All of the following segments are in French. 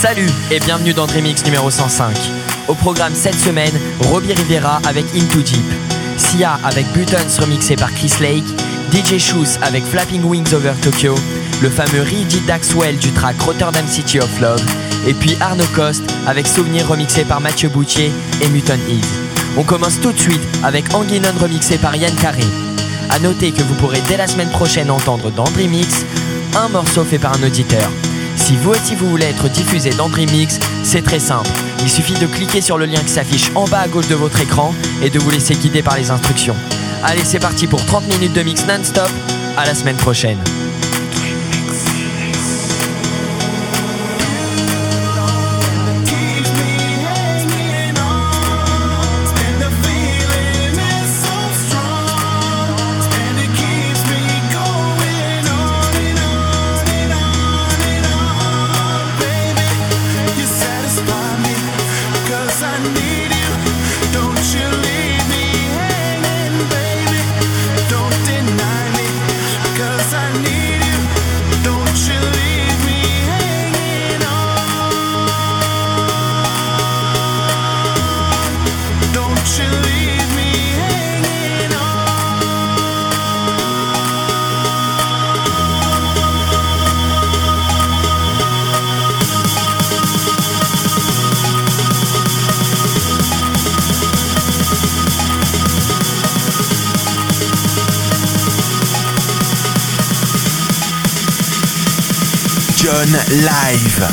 Salut et bienvenue dans Dreamix numéro 105. Au programme cette semaine, Robbie Rivera avec Into Deep, Sia avec Buttons remixé par Chris Lake, DJ Shoes avec Flapping Wings Over Tokyo, le fameux Reggie Daxwell du track Rotterdam City of Love, et puis Arno Cost avec Souvenir remixé par Mathieu Boutier et Muton Heat. On commence tout de suite avec Anguinon remixé par Yann Carré. A noter que vous pourrez dès la semaine prochaine entendre dans Dreamix un morceau fait par un auditeur. Si vous aussi vous voulez être diffusé dans Dreamix, c'est très simple. Il suffit de cliquer sur le lien qui s'affiche en bas à gauche de votre écran et de vous laisser guider par les instructions. Allez, c'est parti pour 30 minutes de mix non-stop. À la semaine prochaine. John Live.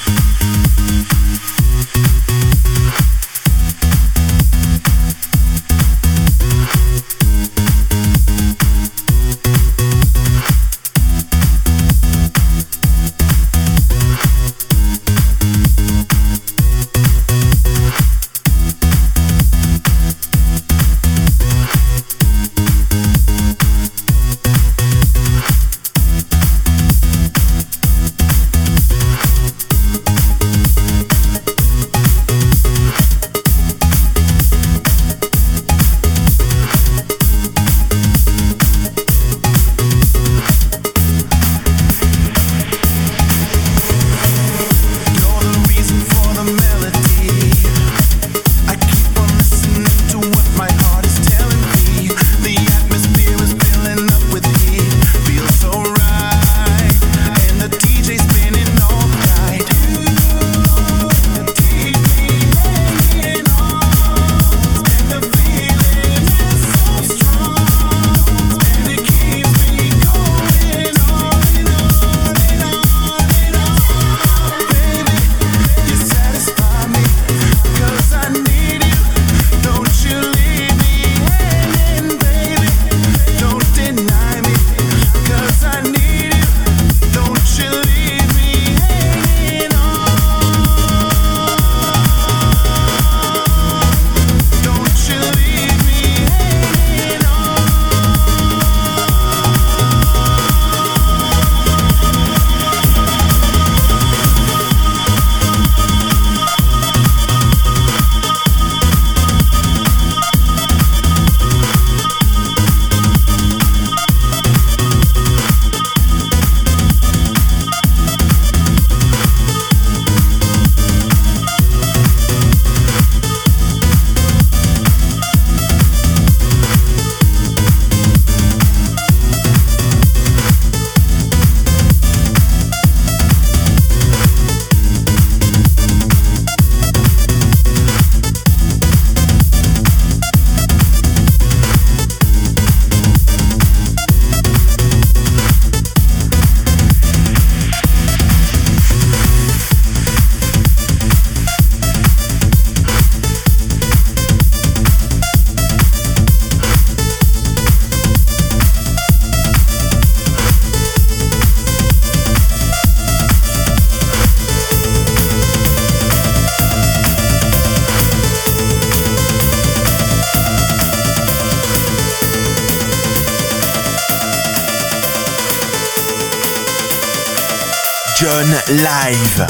John Live.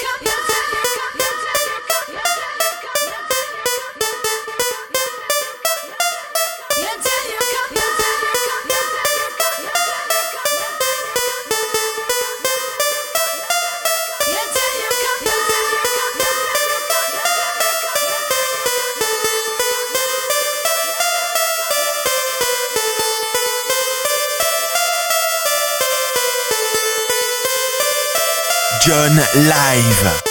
John Live.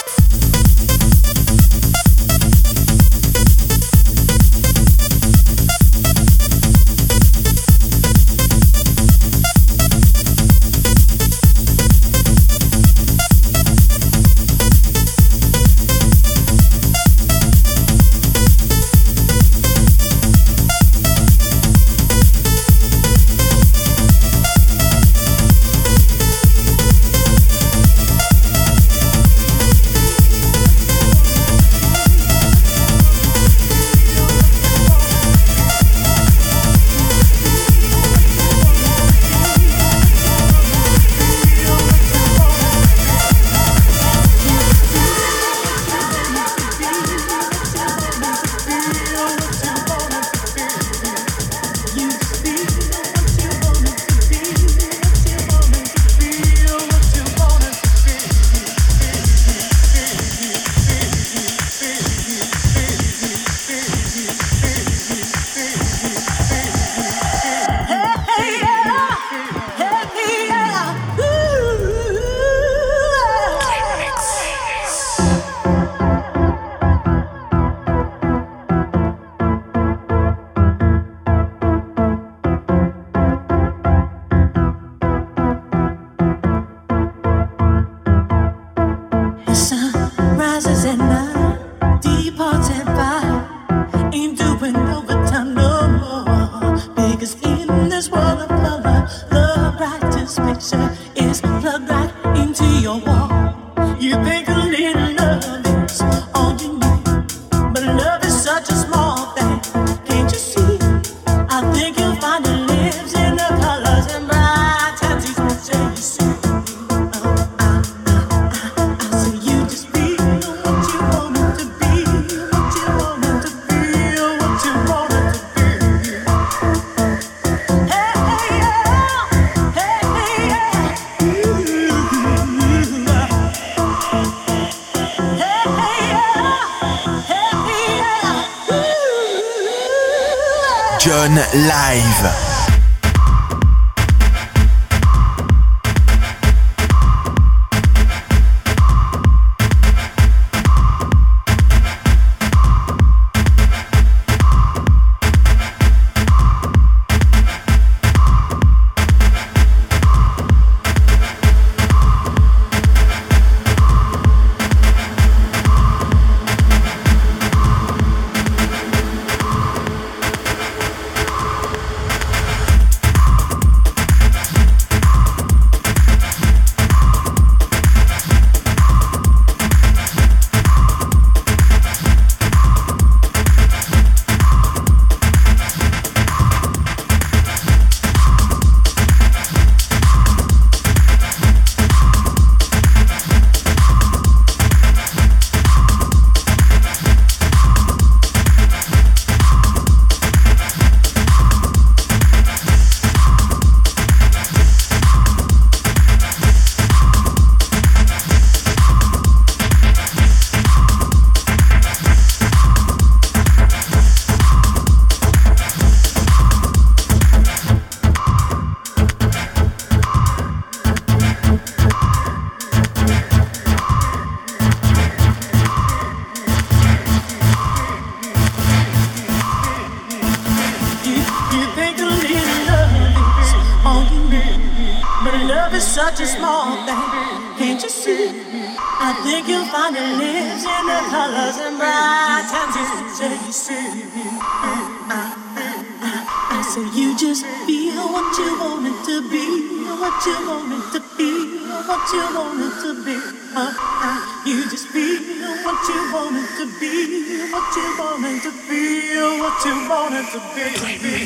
John Live. Such a small thing, can't you see? I think you'll find it lives in the colors and bright times you see. I say you just feel what you want it to be, what you want it to be, what you want it to be. You just feel what you want it to be, what you want it to feel, what you want it to be.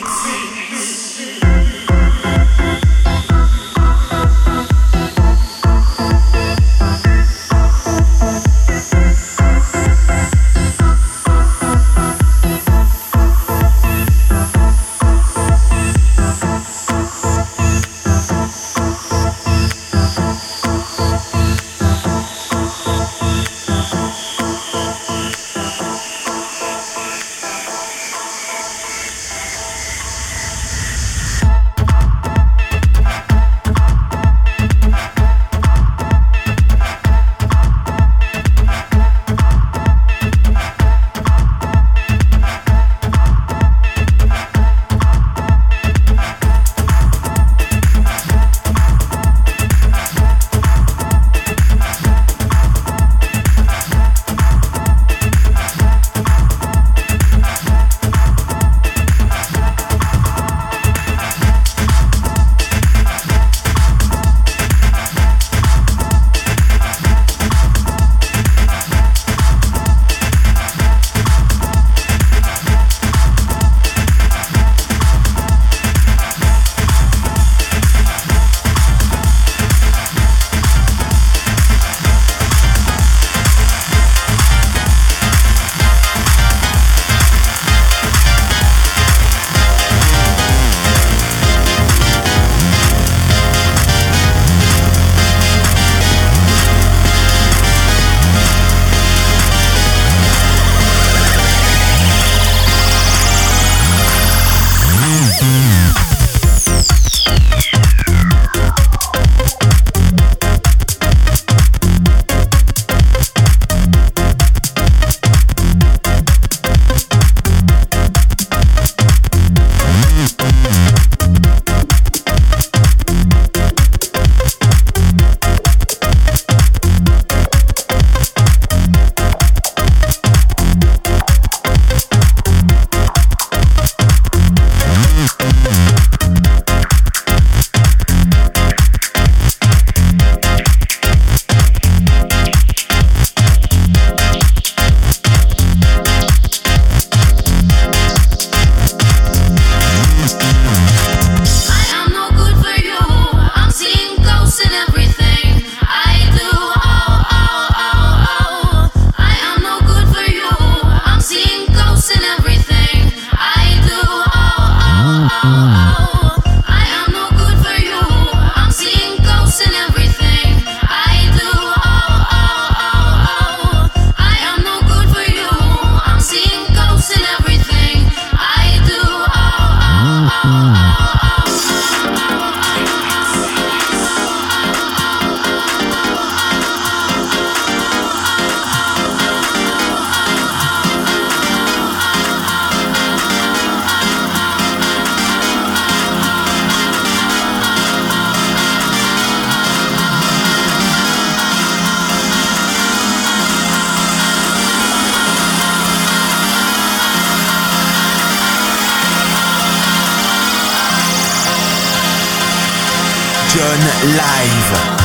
John Live.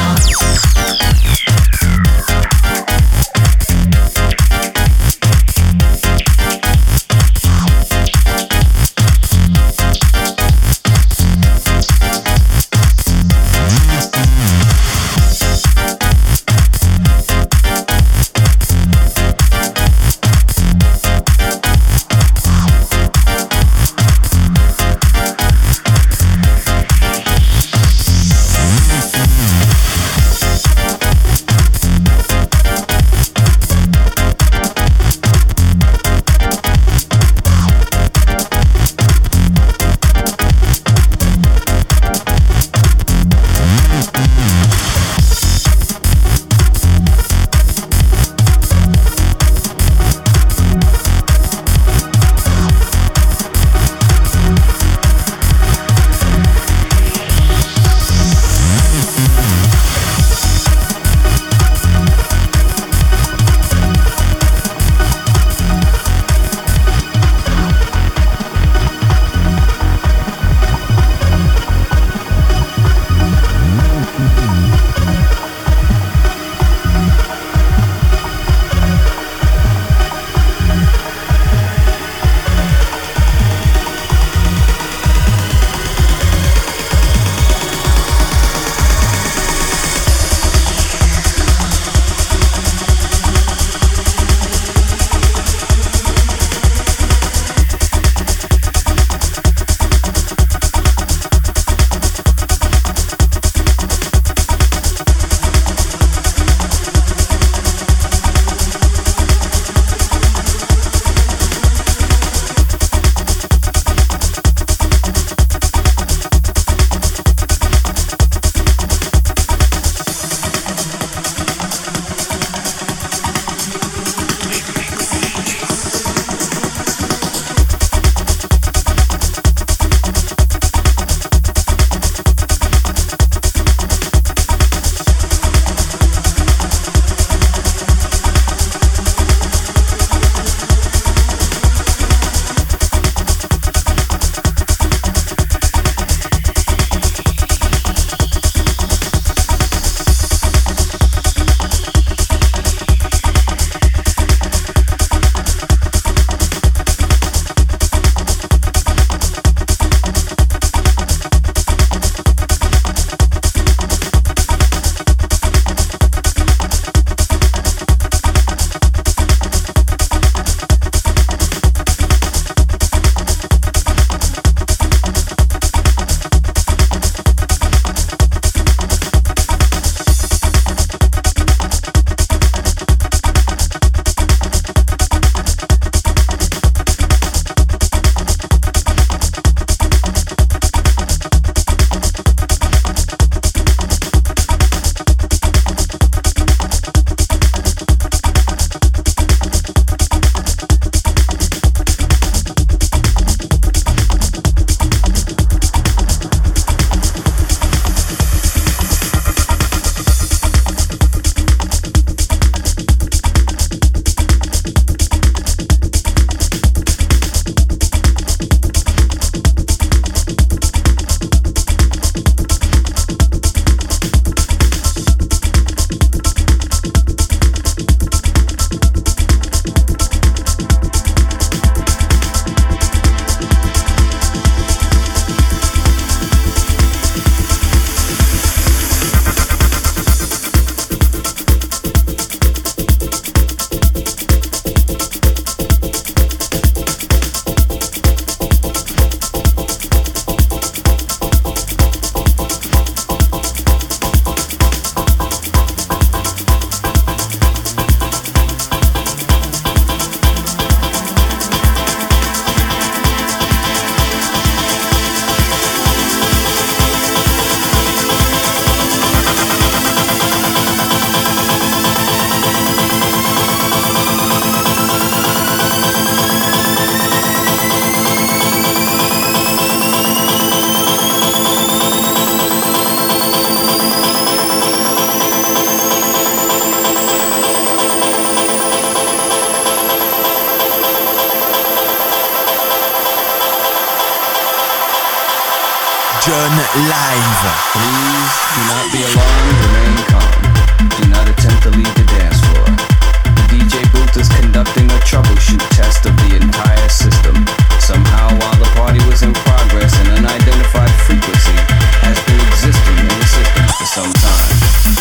John live. Please do not be alarmed, remain calm. Do not attempt to leave the dance floor. The DJ booth is conducting a troubleshoot test of the entire system. Somehow, while the party was in progress, an unidentified frequency has been existing in the system for some time.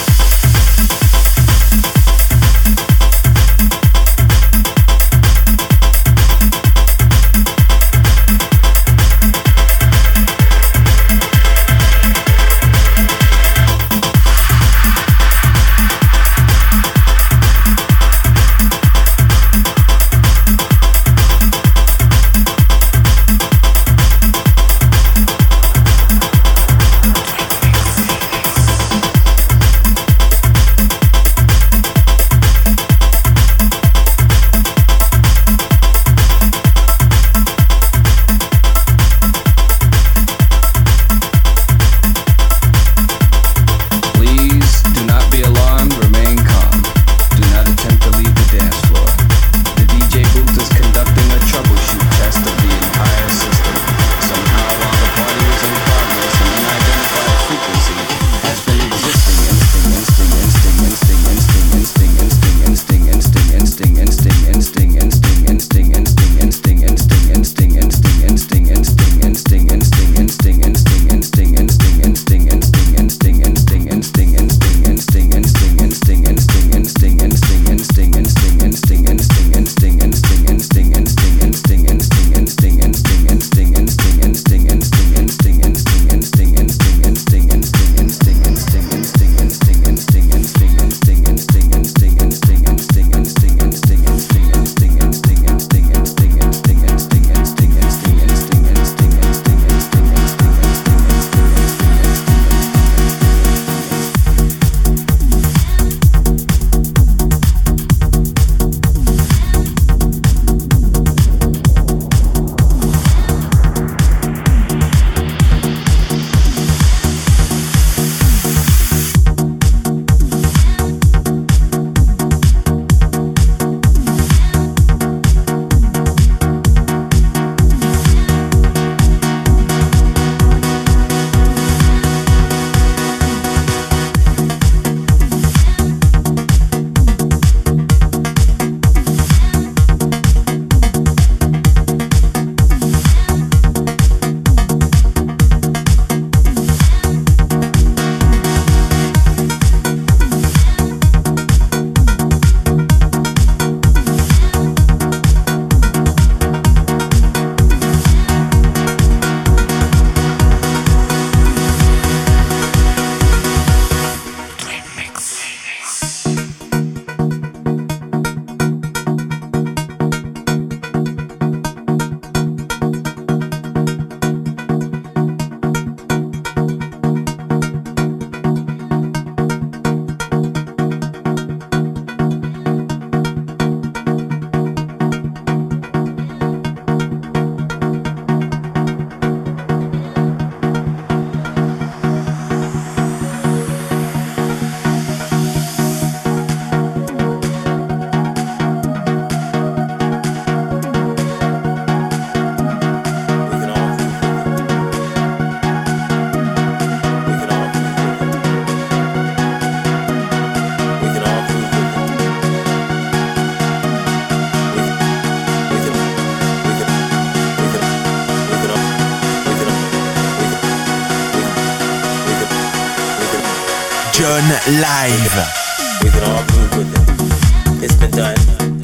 John live. We can all move with it. It's been done.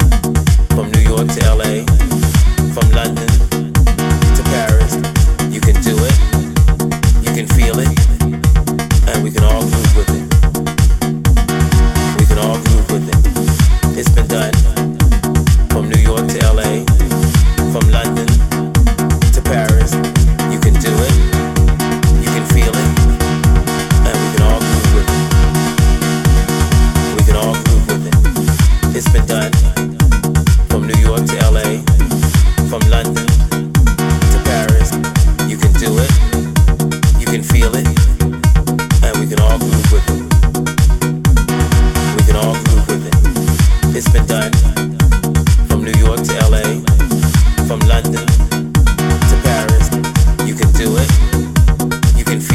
From New York to LA, from London to Paris. You can do it. You can feel it. And we can all move with it. We can all move with it. It's been done. From New York to LA, from London to Paris. You can do it. You can feel it. And we can all move with it. We can all move with it. It's been done. From New York to LA, from London to Paris. You can do it. You can feel it. And we can all move with it. We can all move with it. It's been done. From New York to LA, from London to Paris. You can do it. You can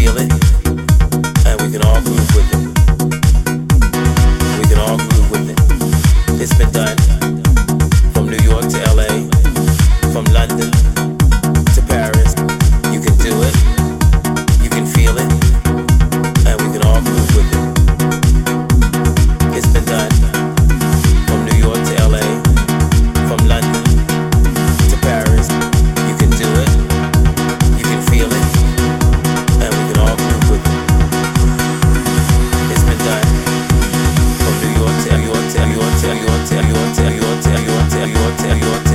New York to